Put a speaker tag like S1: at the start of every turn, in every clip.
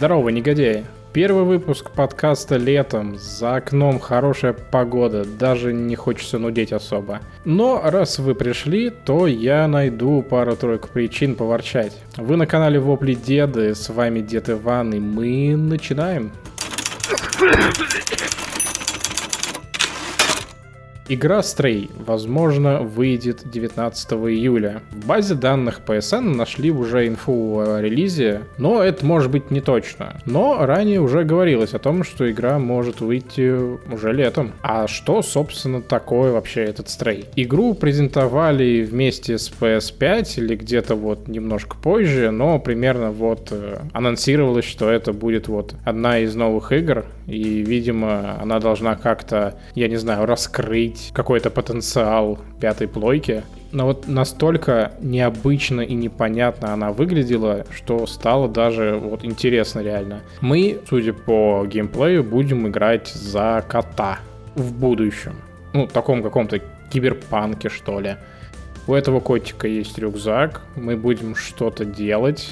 S1: Здорово, негодяи! Первый выпуск подкаста летом, за окном хорошая погода, даже не хочется нудеть особо. Но раз вы пришли, то я найду пару-тройку причин поворчать. Вы на канале Вопли Деды, с вами Дед Иван, и мы начинаем. Игра Stray, возможно, выйдет 19 июля. В базе данных PSN нашли уже инфу о релизе, но это может быть не точно. Но ранее уже говорилось о том, что игра может выйти уже летом. А что, собственно, такое вообще этот Stray? Игру презентовали вместе с PS5 или где-то вот немножко позже, но примерно вот анонсировалось, что это будет вот одна из новых игр, и, видимо, она должна как-то, я не знаю, раскрыть какой-то потенциал пятой плойки. Но вот настолько необычно и непонятно она выглядела, что стало даже вот интересно реально. Мы, судя по геймплею, будем играть за кота в будущем. Ну, в таком каком-то киберпанке, что ли. У этого котика есть рюкзак, мы будем что-то делать.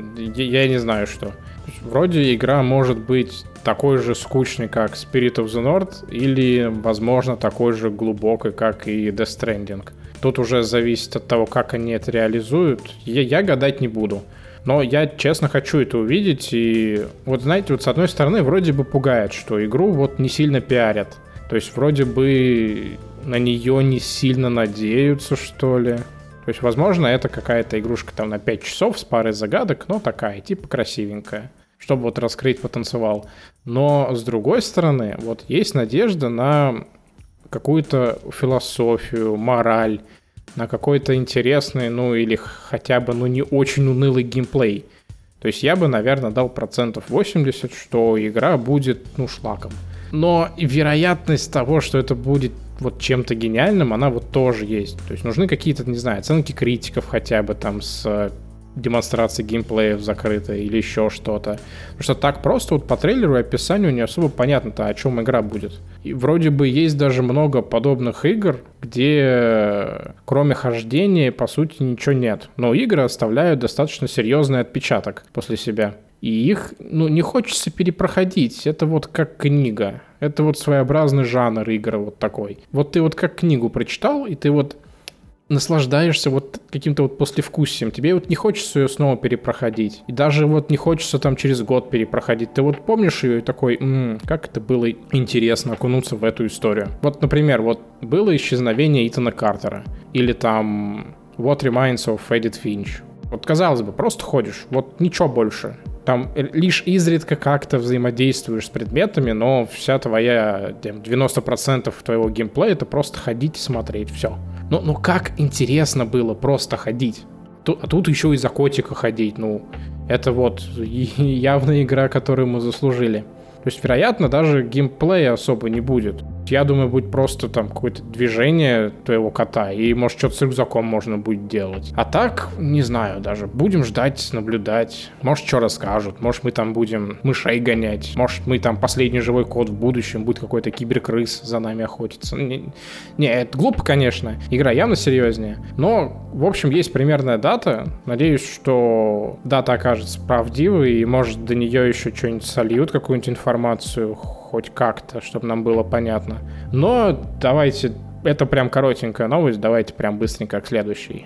S1: Я не знаю что. Вроде игра может быть такой же скучный, как Spirit of the North, или, возможно, такой же глубокой, как и Death Stranding. Тут уже зависит от того, как они это реализуют. Я гадать не буду. Но я, честно, хочу это увидеть. И вот, знаете, вот с одной стороны, вроде бы пугает, что игру вот не сильно пиарят. То есть, вроде бы на нее не сильно надеются, что ли. То есть, возможно, это какая-то игрушка там на 5 часов с парой загадок, но такая, типа красивенькая, чтобы вот раскрыть потенциал. Но, с другой стороны, вот есть надежда на какую-то философию, мораль, на какой-то интересный, ну или хотя бы, ну не очень унылый геймплей. То есть я бы, наверное, дал 80%, что игра будет, ну, шлаком. Но вероятность того, что это будет вот чем-то гениальным, она вот тоже есть. То есть нужны какие-то, не знаю, оценки критиков хотя бы там с демонстрацией геймплеев закрытой или еще что-то. Потому что так просто вот по трейлеру и описанию не особо понятно-то, о чем игра будет. И вроде бы есть даже много подобных игр, где кроме хождения по сути ничего нет. Но игры оставляют достаточно серьезный отпечаток после себя. И их, ну, не хочется перепроходить. Это вот как книга. Это вот своеобразный жанр игры вот такой. Вот ты вот как книгу прочитал, и ты вот наслаждаешься вот каким-то вот послевкусием. Тебе вот не хочется ее снова перепроходить. И даже вот не хочется там через год перепроходить. Ты вот помнишь ее и такой, как это было интересно окунуться в эту историю. Вот, например, вот было исчезновение Итана Картера. Или там What Remains of Edith Finch. Вот, казалось бы, просто ходишь, вот ничего больше. Там лишь изредка как-то взаимодействуешь с предметами, но вся твоя, 90% твоего геймплея — это просто ходить и смотреть, все. Ну как интересно было просто ходить. А тут еще и за котика ходить, ну, это вот явная игра, которую мы заслужили. То есть, вероятно, даже геймплея особо не будет. Я думаю, будет просто там какое-то движение твоего кота, и, может, что-то с рюкзаком можно будет делать. А так, не знаю даже. Будем ждать, наблюдать. Может, что расскажут. Может, мы там будем мышей гонять. Может, мы там последний живой кот в будущем. Будет какой-то киберкрыс за нами охотиться. Не, это глупо, конечно. Игра явно серьезнее. Но, в общем, есть примерная дата. Надеюсь, что дата окажется правдивой, и, может, до нее еще что-нибудь сольют, какую-нибудь информацию, хоть как-то, чтобы нам было понятно. Но давайте, это прям коротенькая новость, давайте прям быстренько к следующей.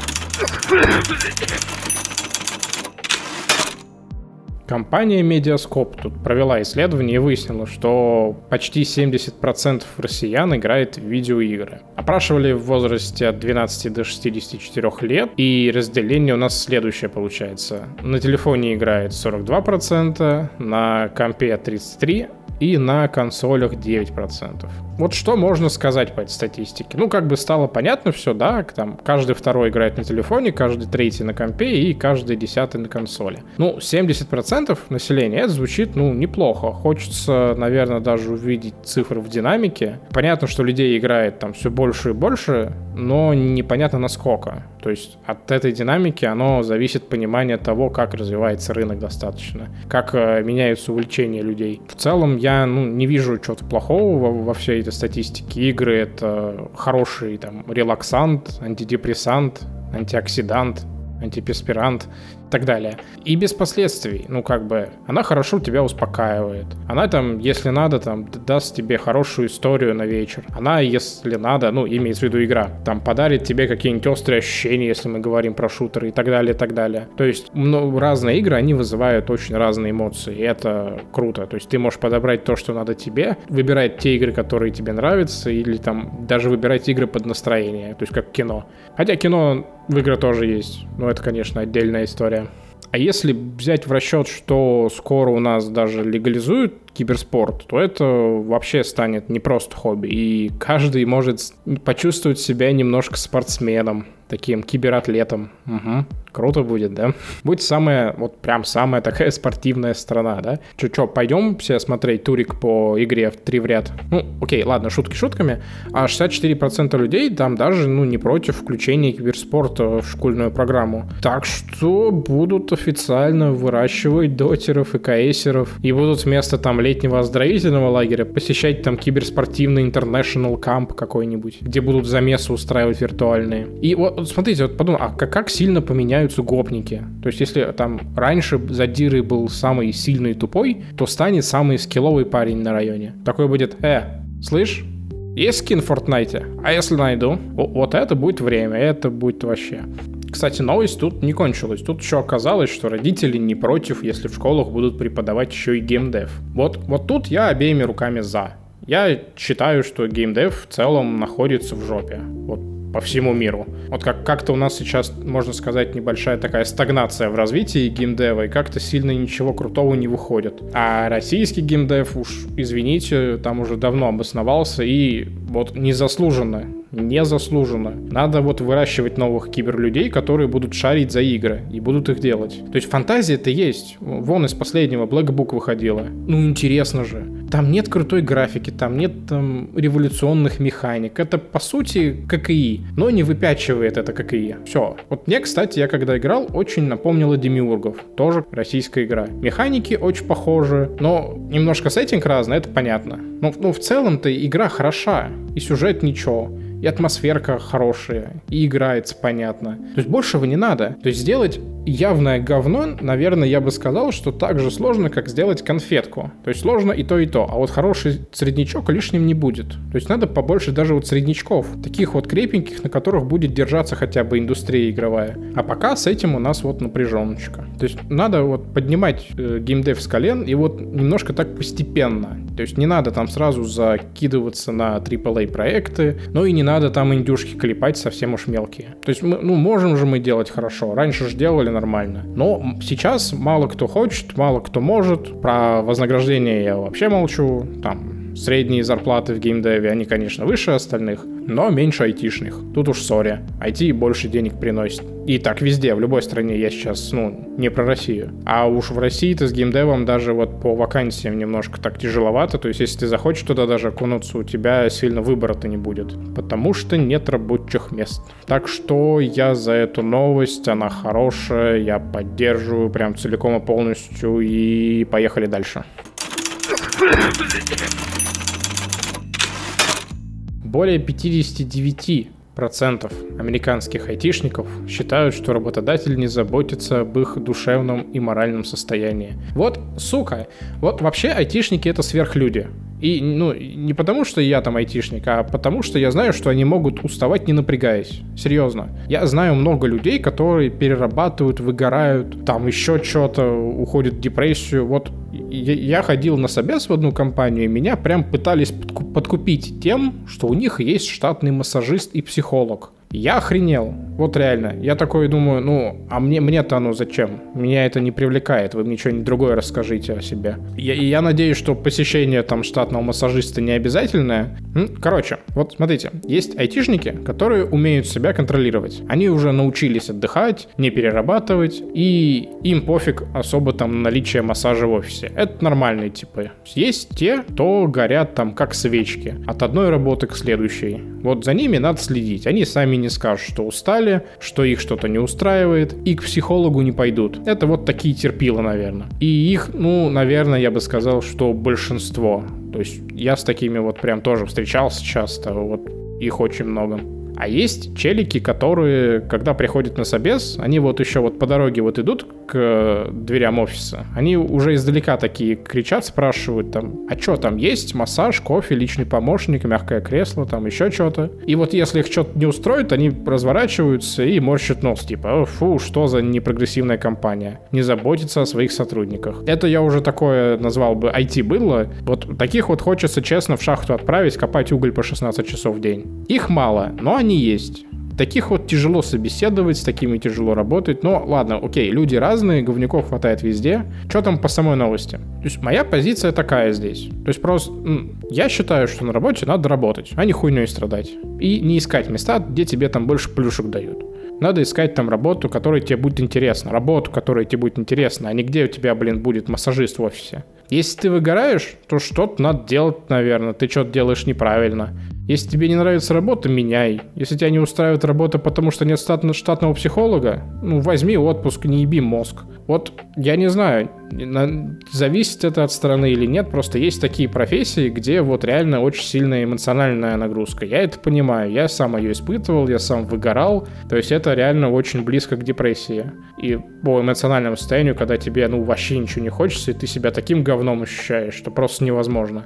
S1: Компания Mediascope тут провела исследование и выяснила, что почти 70% россиян играет в видеоигры. Опрашивали в возрасте от 12 до 64 лет, и разделение у нас следующее получается. На телефоне играет 42%, на компе 33%, и на консолях 9%. Вот что можно сказать по этой статистике? Ну, как бы стало понятно все, да, там каждый второй играет на телефоне, каждый третий на компе и каждый 10-й на консоли. Ну, 70% населения, это звучит, ну, неплохо. Хочется, наверное, даже увидеть цифры в динамике. Понятно, что людей играет там все больше и больше, но непонятно насколько. То есть от этой динамики оно зависит понимание того, как развивается рынок достаточно, как меняются увлечения людей. В целом я не вижу чего-то плохого во всей этой статистике. Игры — это хороший там релаксант, антидепрессант, антиоксидант, антиперспирант и так далее. И без последствий. Она хорошо тебя успокаивает. Она там, если надо, там даст тебе хорошую историю на вечер. Она, если надо, имеется в виду игра, там подарит тебе какие-нибудь острые ощущения, если мы говорим про шутеры и так далее, и так далее. То есть разные игры, они вызывают очень разные эмоции, и это круто. То есть ты можешь подобрать то, что надо тебе, выбирать те игры, которые тебе нравятся, или там даже выбирать игры под настроение, то есть как кино. Хотя кино в игры тоже есть, но это, конечно, отдельная история. А если взять в расчет, что скоро у нас даже легализуют киберспорт, то это вообще станет не просто хобби, и каждый может почувствовать себя немножко спортсменом, таким кибератлетом. Угу. Круто будет, да? Будет самая такая спортивная страна, да? Пойдем все смотреть турик по игре в 3 в ряд? Окей, ладно, шутки шутками. А 64% людей там даже, не против включения киберспорта в школьную программу. Так что будут официально выращивать дотеров и КСеров, и будут вместо там летнего оздоровительного лагеря посещать там киберспортивный International Camp какой-нибудь, где будут замесы устраивать виртуальные. И вот смотрите, подумай, а как сильно поменяются гопники? То есть если там раньше Задиры был самый сильный и тупой, то станет самый скилловый парень на районе. Такой будет: слышь, есть скин в Fortnite? А если найду? Вот это будет время, это будет вообще... Кстати, новость тут не кончилась. Тут еще оказалось, что родители не против, если в школах будут преподавать еще и геймдев. Вот тут я обеими руками за. Я считаю, что геймдев в целом находится в жопе. Вот по всему миру. Вот как-то у нас сейчас, можно сказать, небольшая такая стагнация в развитии геймдева, и как-то сильно ничего крутого не выходит. А российский геймдев, уж извините, там уже давно обосновался, и вот незаслуженно. Надо выращивать новых киберлюдей, которые будут шарить за игры и будут их делать. То есть фантазия-то есть. Вон из последнего Black Book выходила. Интересно же. Там нет крутой графики, там нет революционных механик. Это, по сути, ККИ, но не выпячивает это ККИ. Все. Вот мне, кстати, я когда играл, очень напомнило Демиургов. Тоже российская игра. Механики очень похожи, но немножко сеттинг разный, это понятно. Но в целом-то игра хороша, и сюжет ничего. И атмосферка хорошая, и играется понятно. То есть большего не надо. То есть сделать явное говно, наверное, я бы сказал, что так же сложно, как сделать конфетку. То есть сложно и то, и то. А вот хороший среднячок лишним не будет. То есть надо побольше даже среднячков. Таких крепеньких, на которых будет держаться хотя бы индустрия игровая. А пока с этим у нас напряженочка. То есть надо поднимать геймдев с колен и немножко так постепенно. То есть не надо там сразу закидываться на AAA проекты, но и не надо там индюшки клепать совсем уж мелкие. То есть мы, можем же мы делать хорошо. Раньше же делали нормально. Но сейчас мало кто хочет, мало кто может. Про вознаграждение я вообще молчу. Там средние зарплаты в геймдеве, они, конечно, выше остальных, но меньше айтишных. Тут уж сори. IT больше денег приносит. И так везде, в любой стране. Я сейчас, не про Россию. А уж в России-то с геймдевом даже по вакансиям немножко так тяжеловато. То есть, если ты захочешь туда даже окунуться, у тебя сильно выбора-то не будет. Потому что нет рабочих мест. Так что я за эту новость, она хорошая, я поддерживаю прям целиком и полностью. И поехали дальше. Более 59% американских айтишников считают, что работодатель не заботится об их душевном и моральном состоянии. Сука, вообще айтишники — это сверхлюди. И, не потому, что я там айтишник, а потому, что я знаю, что они могут уставать, не напрягаясь. Серьезно. Я знаю много людей, которые перерабатывают, выгорают, там еще что-то, уходят в депрессию. Я ходил на собес в одну компанию, и меня прям пытались подкупить тем, что у них есть штатный массажист и психолог. Я охренел. Реально. Я такой думаю, а мне-то оно зачем? Меня это не привлекает. Вы мне что-нибудь другое расскажите о себе. Я надеюсь, что посещение там штатного массажиста не обязательное. Короче, смотрите. Есть айтишники, которые умеют себя контролировать. Они уже научились отдыхать, не перерабатывать, и им пофиг особо там на наличие массажа в офисе. Это нормальные типы. Есть те, кто горят там как свечки. От одной работы к следующей. За ними надо следить. Они сами не скажут, что устали, что их что-то не устраивает, и к психологу не пойдут. Это такие терпилы, наверное. И их, наверное, я бы сказал, что большинство. То есть я с такими прям тоже встречался часто, их очень много. А есть челики, которые, когда приходят на собес, они вот еще вот по дороге вот идут к дверям офиса, они уже издалека такие кричат, спрашивают там, а что там есть? Массаж, кофе, личный помощник, мягкое кресло, там еще что-то. И вот если их что-то не устроит, они разворачиваются и морщат нос, типа, фу, что за непрогрессивная компания, не заботится о своих сотрудниках. Это я уже такое назвал бы IT-быдло. Вот таких вот хочется честно в шахту отправить, копать уголь по 16 часов в день. Их мало, но они есть. Таких вот тяжело собеседовать, с такими тяжело работать. Но ладно, окей, люди разные, говнюков хватает везде. Что там по самой новости? То есть моя позиция такая здесь. То есть просто я считаю, что на работе надо работать, а не хуйней страдать. И не искать места, где тебе там больше плюшек дают. Надо искать там работу, которая тебе будет интересна. Работу, которая тебе будет интересна, а не где у тебя, будет массажист в офисе. Если ты выгораешь, то что-то надо делать, наверное. Ты что-то делаешь неправильно. Если тебе не нравится работа, меняй. Если тебя не устраивает работа, потому что нет штатного психолога, возьми отпуск, не еби мозг. Вот, я не знаю, зависит это от страны или нет, просто есть такие профессии, где вот реально очень сильная эмоциональная нагрузка. Я это понимаю, я сам ее испытывал, я сам выгорал, то есть это реально очень близко к депрессии. И по эмоциональному состоянию, когда тебе, вообще ничего не хочется, и ты себя таким говном ощущаешь, что просто невозможно.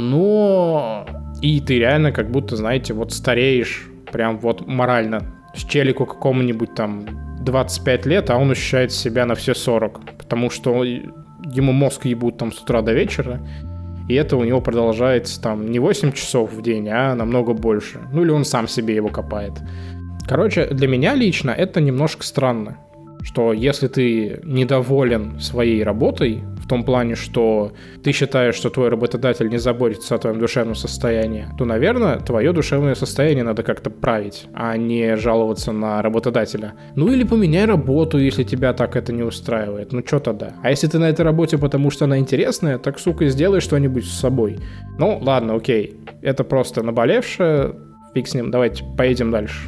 S1: Но... И ты реально как будто, знаете, вот стареешь прям вот морально. С челику какому-нибудь там 25 лет, а он ощущает себя на все 40. Потому что ему мозг ебут там с утра до вечера. И это у него продолжается там не 8 часов в день, а намного больше. Или он сам себе его копает. Короче, для меня лично это немножко странно. Что если ты недоволен своей работой, в том плане, что ты считаешь, что твой работодатель не заботится о твоем душевном состоянии, то, наверное, твое душевное состояние надо как-то править, а не жаловаться на работодателя. Или поменяй работу, если тебя так это не устраивает. Что тогда? А если ты на этой работе, потому что она интересная, так, сука, сделай что-нибудь с собой. Ладно, окей. Это просто наболевшее. Фиг с ним. Давайте поедем дальше.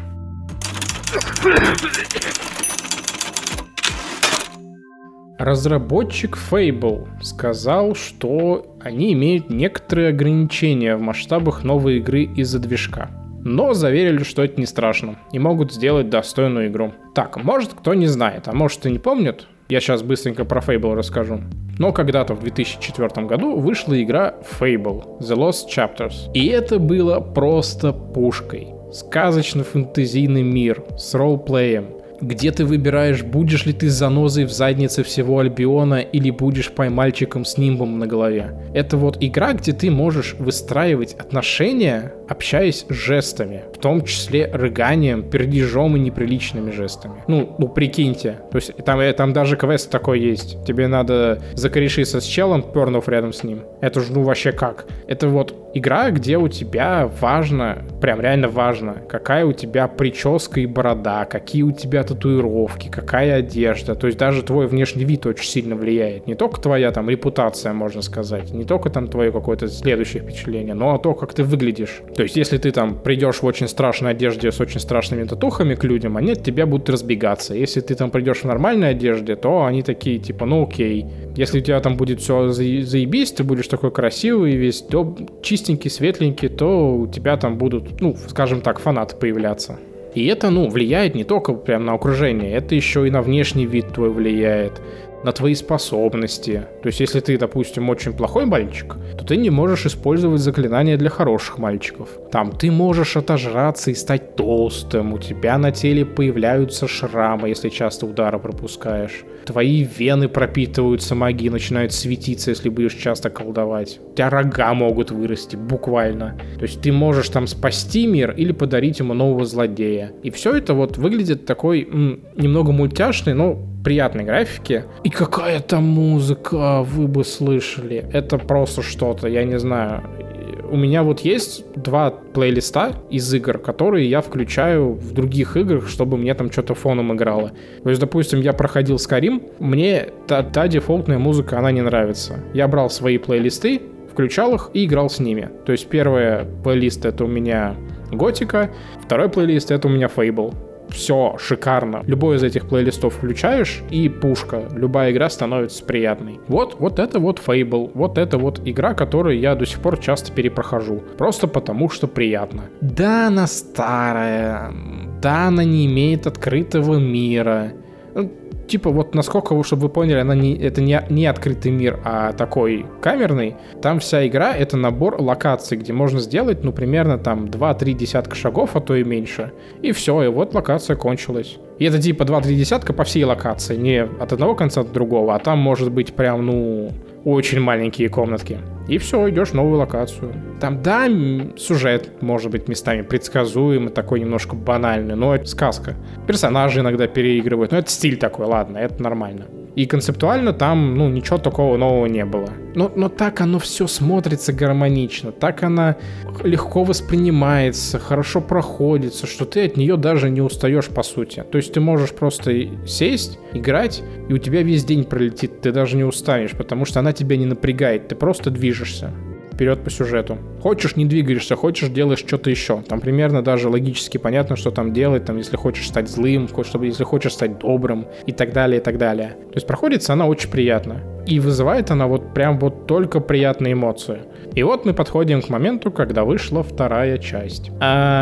S1: Разработчик Fable сказал, что они имеют некоторые ограничения в масштабах новой игры из-за движка. Но заверили, что это не страшно и могут сделать достойную игру. Так, может кто не знает, а может и не помнит, я сейчас быстренько про Fable расскажу. Но когда-то в 2004 году вышла игра Fable The Lost Chapters. И это было просто пушкой. Сказочно-фэнтезийный мир с ролплеем, где ты выбираешь, будешь ли ты занозой в заднице всего Альбиона или будешь поймальчиком с нимбом на голове. Это вот игра, где ты можешь выстраивать отношения, общаясь жестами, в том числе рыганием, пердежом и неприличными жестами. Прикиньте. То есть там даже квест такой есть. Тебе надо закорешиться с челом, пернув рядом с ним. Это же вообще как? Это вот игра, где у тебя важно, прям реально важно, какая у тебя прическа и борода, какие у тебя татуировки, какая одежда. То есть даже твой внешний вид очень сильно влияет. Не только твоя там репутация, можно сказать, не только там твое какое-то следующее впечатление, но то, как ты выглядишь. То есть если ты там придешь в очень страшной одежде с очень страшными татухами к людям, они от тебя будут разбегаться. Если ты там придешь в нормальной одежде, то они такие типа, окей. Если у тебя там будет все заебись, ты будешь такой красивый, весь чистенький, светленький, то у тебя там будут, скажем так, фанаты появляться. И это, влияет не только прям на окружение, это еще и на внешний вид твой влияет, на твои способности. То есть, если ты, допустим, очень плохой мальчик, то ты не можешь использовать заклинания для хороших мальчиков. Там ты можешь отожраться и стать толстым, у тебя на теле появляются шрамы, если часто удары пропускаешь. Твои вены пропитываются магией, начинают светиться, если будешь часто колдовать. У тебя рога могут вырасти, буквально. То есть ты можешь там спасти мир или подарить ему нового злодея. И все это вот выглядит такой немного мультяшной, но приятной графики. И какая там музыка, вы бы слышали. Это просто что-то, я не знаю. У меня вот есть 2 плейлиста из игр, которые я включаю в других играх, чтобы мне там что-то фоном играло. То есть, допустим, я проходил Skyrim, мне та дефолтная музыка, она не нравится. Я брал свои плейлисты, включал их и играл с ними. То есть, первый плейлист — это у меня Готика, второй плейлист — это у меня Fable. все шикарно. Любой из этих плейлистов включаешь, и пушка. Любая игра становится приятной. Вот это вот Fable. Вот это вот игра, которую я до сих пор часто перепрохожу. Просто потому, что приятно. Да, она старая. Да, она не имеет открытого мира. Типа вот насколько, чтобы вы поняли, это не открытый мир, а такой камерный. Там вся игра — это набор локаций, где можно сделать, примерно там 2-3 десятка шагов, а то и меньше. И все, и вот локация кончилась. И это типа 2-3 десятка по всей локации, не от одного конца до другого, а там может быть прям, очень маленькие комнатки. И все, идешь в новую локацию. Там, да, сюжет может быть местами предсказуемый, такой немножко банальный, но это сказка. Персонажи иногда переигрывают, но это стиль такой, ладно, это нормально. И концептуально там, ничего такого нового не было. Но так оно все смотрится гармонично, так она легко воспринимается, хорошо проходится, что ты от нее даже не устаешь по сути. То есть ты можешь просто сесть, играть, и у тебя весь день пролетит, ты даже не устанешь, потому что она тебя не напрягает, ты просто движешься вперед по сюжету. Хочешь, не двигаешься, хочешь, делаешь что-то еще. Там примерно даже логически понятно, что там делать, если хочешь стать злым, если хочешь стать добрым и так далее, и так далее. То есть проходится она очень приятно. И вызывает она прям только приятные эмоции. И вот мы подходим к моменту, когда вышла вторая часть.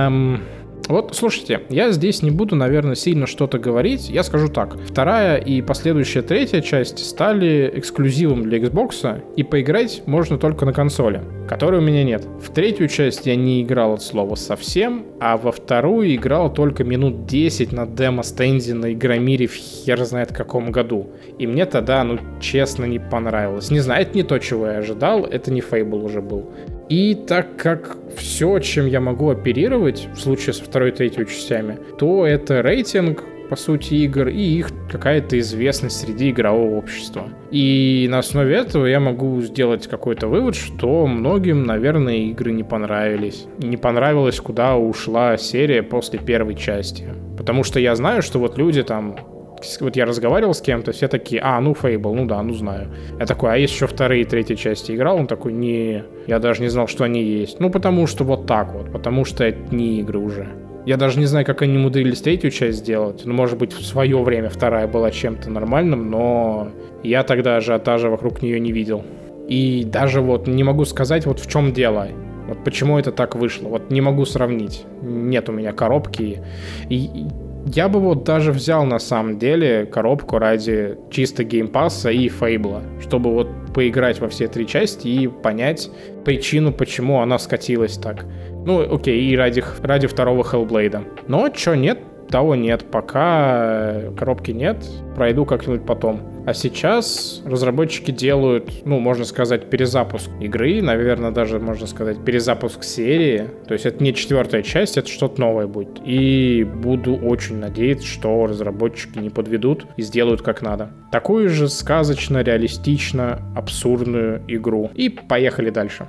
S1: Вот, слушайте, я здесь не буду, наверное, сильно что-то говорить. Я скажу так. Вторая и последующая третья часть стали эксклюзивом для Xbox, и поиграть можно только на консоли, которой у меня нет. В третью часть я не играл от слова совсем, а во вторую играл только минут 10 на демо-стенде на Игромире в хер знает каком году. И мне тогда, честно, не понравилось. Не знаю, это не то, чего я ожидал, это не Fable уже был. И так как все, чем я могу оперировать в случае со второй и третьей частями, то это рейтинг, по сути, игр и их какая-то известность среди игрового общества. И на основе этого я могу сделать какой-то вывод, что многим, наверное, игры не понравились. Не понравилось, куда ушла серия после первой части. Потому что я знаю, что люди там... Вот я разговаривал с кем-то, все такие, Fable, знаю. Я такой, а есть еще вторые и третьи части играл? Он такой, не, я даже не знал, что они есть. Потому что потому что это не игры уже. Я даже не знаю, как они умудрились третью часть сделать. Может быть, в свое время вторая была чем-то нормальным, но я тогда ажиотажа вокруг нее не видел. И даже не могу сказать, в чем дело. Почему это так вышло. Не могу сравнить. Нет у меня коробки. И я бы даже взял на самом деле коробку ради чисто геймпасса и Фейбла, чтобы поиграть во все три части и понять причину, почему она скатилась так. Окей, и ради второго Hellblade. Но чё нет, того нет. Пока коробки нет, пройду как-нибудь потом. А сейчас разработчики делают, можно сказать, перезапуск игры, наверное, даже можно сказать перезапуск серии. То есть это не четвертая часть, это что-то новое будет. И буду очень надеяться, что разработчики не подведут и сделают как надо. Такую же сказочно, реалистично, абсурдную игру. И поехали дальше.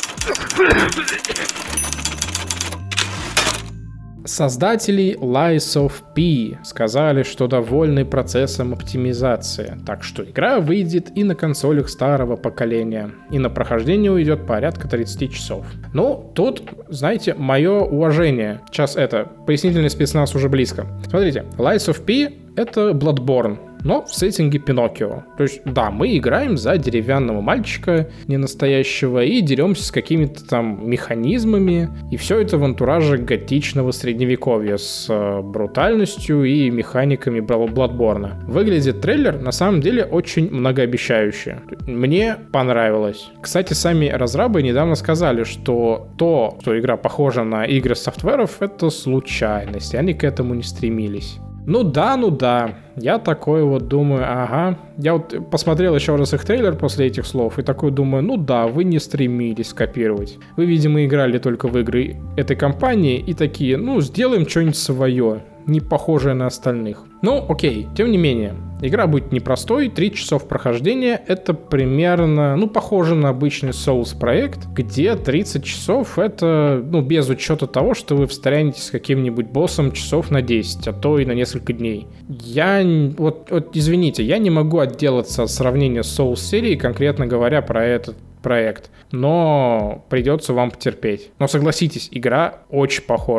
S1: Создатели Lies of P сказали, что довольны процессом оптимизации, так что игра выйдет и на консолях старого поколения, и на прохождение уйдет порядка 30 часов. Тут, знаете, мое уважение. Сейчас пояснительный спецназ уже близко. Смотрите, Lies of P — это Bloodborne, но в сеттинге Пиноккио. То есть, да, мы играем за деревянного мальчика ненастоящего и деремся с какими-то там механизмами, и все это в антураже готичного средневековья с брутальностью и механиками Bloodborne. Выглядит трейлер на самом деле очень многообещающе. Мне понравилось. Кстати, сами разрабы недавно сказали, что что игра похожа на игры софтверов, это случайность, они к этому не стремились. Ну да, я такой думаю, ага. Я посмотрел еще раз их трейлер после этих слов и такой думаю, вы не стремились копировать. Вы, видимо, играли только в игры этой компании и такие, сделаем что-нибудь свое, не похожее на остальных. Окей, тем не менее, игра будет непростой, 3 часов прохождения, это примерно, похоже на обычный Souls проект, где 30 часов это, без учета того, что вы встрянете с каким-нибудь боссом часов на 10, а то и на несколько дней. Я, извините, я не могу отделаться от сравнения с Souls серией, конкретно говоря про этот проект, но придется вам потерпеть. Но согласитесь, игра очень похожа.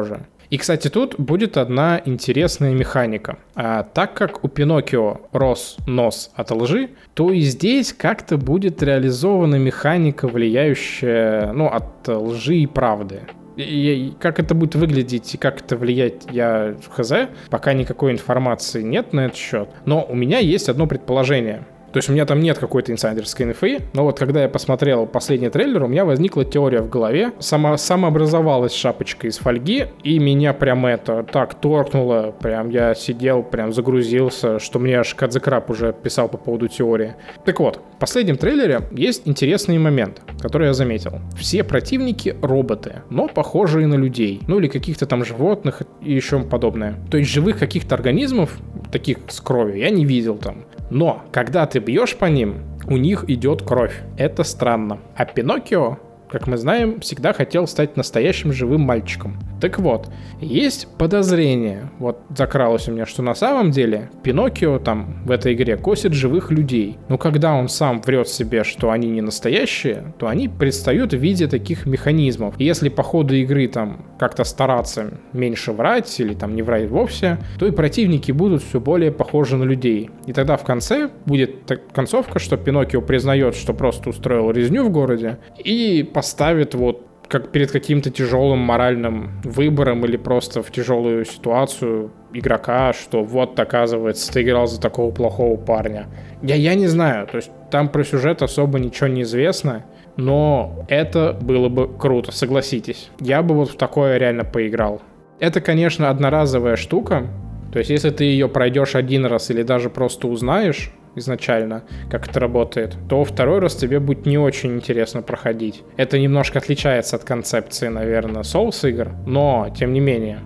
S1: И, кстати, тут будет одна интересная механика. Так как у Пиноккио рос нос от лжи, то и здесь как-то будет реализована механика, влияющая, от лжи и правды. И как это будет выглядеть и как это влиять, я хз. Пока никакой информации нет на этот счет. Но у меня есть одно предположение. То есть у меня там нет какой-то инсайдерской инфы, но вот когда я посмотрел последний трейлер, у меня возникла теория в голове, самообразовалась шапочка из фольги, и меня прям это так торкнуло, прям я сидел, прям загрузился, что мне аж Кадзекраб уже писал по поводу теории. Так вот, в последнем трейлере есть интересный момент, который я заметил. Все противники роботы, но похожие на людей, или каких-то там животных и еще подобное. То есть живых каких-то организмов, таких с кровью, я не видел там. Но когда ты бьешь по ним, у них идет кровь. Это странно. А Пиноккио, как мы знаем, всегда хотел стать настоящим живым мальчиком. Так вот, есть подозрение, вот закралось у меня, что на самом деле Пиноккио там в этой игре косит живых людей. Но когда он сам врет себе, что они не настоящие, то они предстают в виде таких механизмов. И если по ходу игры там как-то стараться меньше врать или там не врать вовсе, то и противники будут все более похожи на людей. И тогда в конце будет концовка, что Пиноккио признает, что просто устроил резню в городе и поставит как перед каким-то тяжелым моральным выбором или просто в тяжелую ситуацию игрока, что вот, оказывается, ты играл за такого плохого парня. Я не знаю, то есть там про сюжет особо ничего не известно, но это было бы круто, согласитесь. Я бы в такое реально поиграл. Это, конечно, одноразовая штука, то есть если ты ее пройдешь один раз или даже просто узнаешь изначально, как это работает, то второй раз тебе будет не очень интересно проходить. Это немножко отличается от концепции, наверное, Souls игр, но, тем не менее,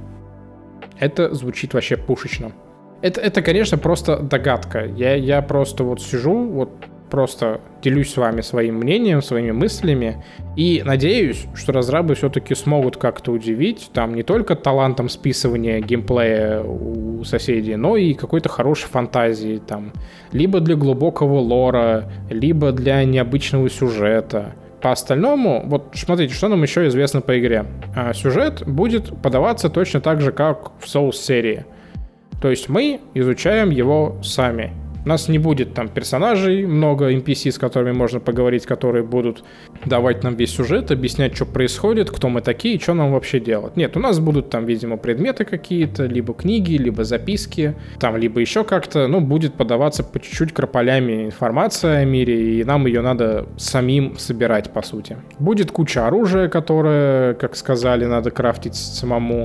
S1: это звучит вообще пушечно. Это, конечно, просто догадка. Я просто сижу, просто делюсь с вами своим мнением, своими мыслями и надеюсь, что разрабы все-таки смогут как-то удивить, там не только талантом списывания геймплея у соседей, но и какой-то хорошей фантазии, там, либо для глубокого лора, либо для необычного сюжета. По остальному, смотрите, что нам еще известно по игре. Сюжет будет подаваться точно так же, как в Souls-серии. То есть мы изучаем его сами. У нас не будет там персонажей, много NPC, с которыми можно поговорить, которые будут давать нам весь сюжет, объяснять, что происходит, кто мы такие, что нам вообще делать. Нет, у нас будут там, видимо, предметы какие-то, либо книги, либо записки, там, либо еще как-то, будет подаваться по чуть-чуть крополями информация о мире, и нам ее надо самим собирать, по сути. Будет куча оружия, которое, как сказали, надо крафтить самому.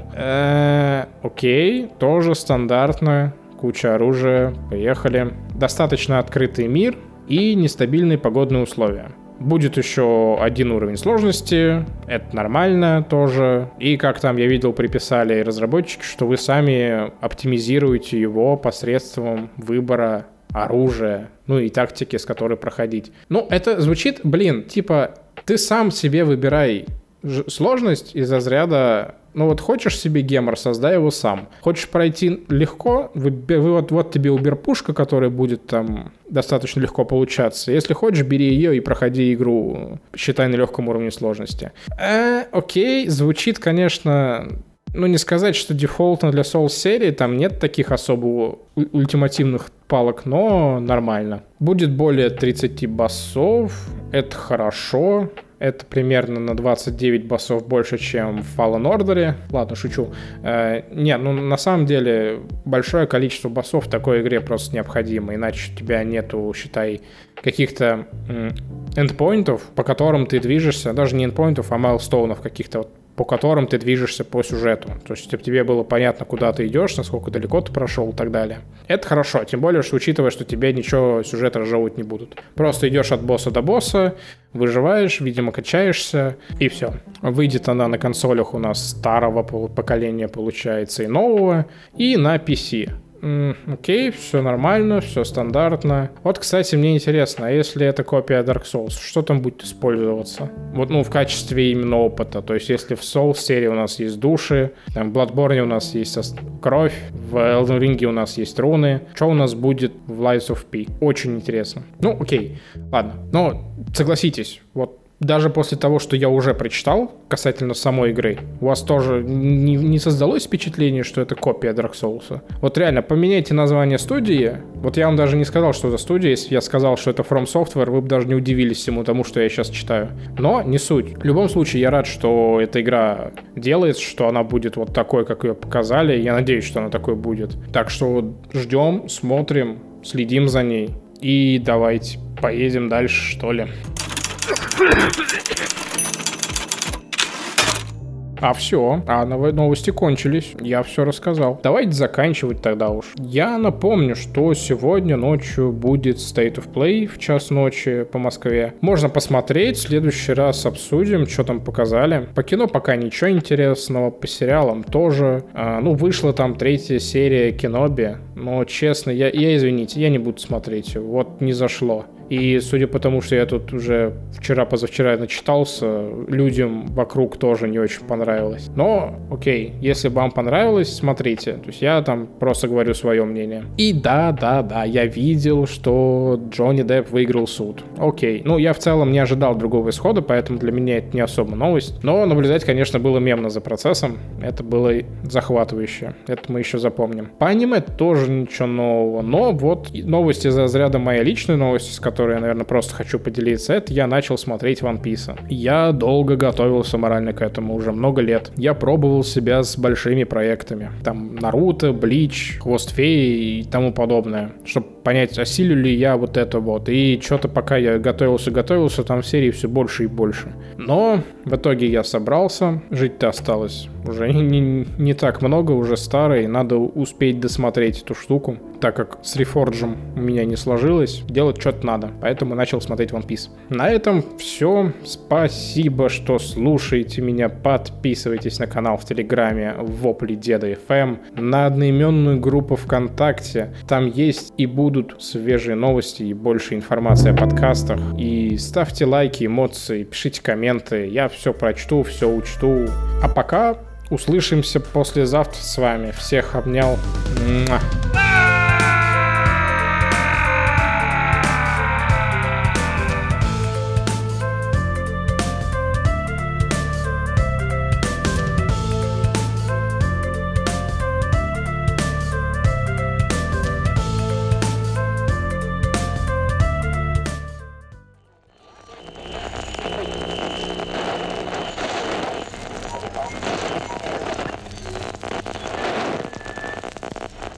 S1: Окей, тоже стандартно. Куча оружия, поехали. Достаточно открытый мир и нестабильные погодные условия. Будет еще один уровень сложности, это нормально тоже. И как там я видел, приписали разработчики, что вы сами оптимизируете его посредством выбора оружия, и тактики, с которой проходить. Это звучит, типа, ты сам себе выбирай сложность из разряда... хочешь себе гемор, создай его сам. Хочешь пройти легко, вот тебе убер-пушка, которая будет там достаточно легко получаться. Если хочешь, бери ее и проходи игру, считай, на легком уровне сложности. Окей, звучит, конечно... не сказать, что дефолтно для Souls-серии, там нет таких особо ультимативных палок, но нормально. Будет более 30 боссов, это хорошо. Это примерно на 29 боссов больше, чем в Fallen Order. Ладно, шучу. На самом деле, большое количество боссов в такой игре просто необходимо, иначе у тебя нету, считай, каких-то эндпоинтов, по которым ты движешься, даже не эндпоинтов, а майлстоунов каких-то, по которым ты движешься по сюжету. То есть, чтобы тебе было понятно, куда ты идешь, насколько далеко ты прошел и так далее. Это хорошо, тем более, что учитывая, что тебе ничего сюжета разжевывать не будут. Просто идешь от босса до босса, выживаешь, видимо, качаешься, и все. Выйдет она на консолях у нас старого поколения, получается, и нового, и на PC. Окей, все нормально, все стандартно. Кстати, мне интересно, а если это копия Dark Souls, что там будет использоваться? В качестве именно опыта. То есть, если в Souls серии у нас есть души, там, в Bloodborne у нас есть кровь, в Elden Ring у нас есть руны, что у нас будет в Lies of P? Очень интересно. Окей, ладно. Но согласитесь, даже после того, что я уже прочитал касательно самой игры, у вас тоже не создалось впечатление, что это копия Dark Souls? Вот реально, поменяйте название студии. Вот я вам даже не сказал, что это студия. Если бы я сказал, что это From Software, вы бы даже не удивились всему тому, что я сейчас читаю. Но не суть. В любом случае, я рад, что эта игра делается, что она будет вот такой, как ее показали. Я надеюсь, что она такой будет. Так что ждем, смотрим, следим за ней. И давайте поедем дальше, что ли. Все, новости кончились, я все рассказал. Давайте заканчивать тогда уж. Я напомню, что сегодня ночью будет State of Play в час ночи по Москве. Можно посмотреть, в следующий раз обсудим, что там показали. По кино пока ничего интересного, по сериалам тоже. Вышла там 3-я серия Кеноби, но честно, я извините, я не буду смотреть, вот не зашло. И судя по тому, что я тут уже вчера-позавчера начитался, людям вокруг тоже не очень понравилось. Но, окей, если вам понравилось, смотрите. То есть я там просто говорю свое мнение. И да, я видел, что Джонни Депп выиграл суд. Окей, я в целом не ожидал другого исхода, поэтому для меня это не особо новость. Но наблюдать, конечно, было мемно за процессом. Это было захватывающе. Это мы еще запомним. По аниме тоже ничего нового. Но вот новости из разряда моя личная новость, с которой я, наверное, просто хочу поделиться, это я начал смотреть One Piece. Я долго готовился морально к этому, уже много лет. Я пробовал себя с большими проектами. Там Наруто, Блич, Хвост Феи и тому подобное, чтобы понять, осилю ли я вот это вот. И что-то пока я готовился, там серий все больше и больше. Но в итоге я собрался, жить-то осталось уже не так много, уже старый, надо успеть досмотреть эту штуку, так как с Reforged у меня не сложилось, делать что-то надо, поэтому начал смотреть One Piece. На этом все, спасибо, что слушаете меня, подписывайтесь на канал в Телеграме Вопли Деда FM, на одноименную группу ВКонтакте, там есть и будут свежие новости и больше информации о подкастах, и ставьте лайки, эмоции, пишите комменты, я все прочту, все учту, а пока услышимся послезавтра с вами. Всех обнял. Муа.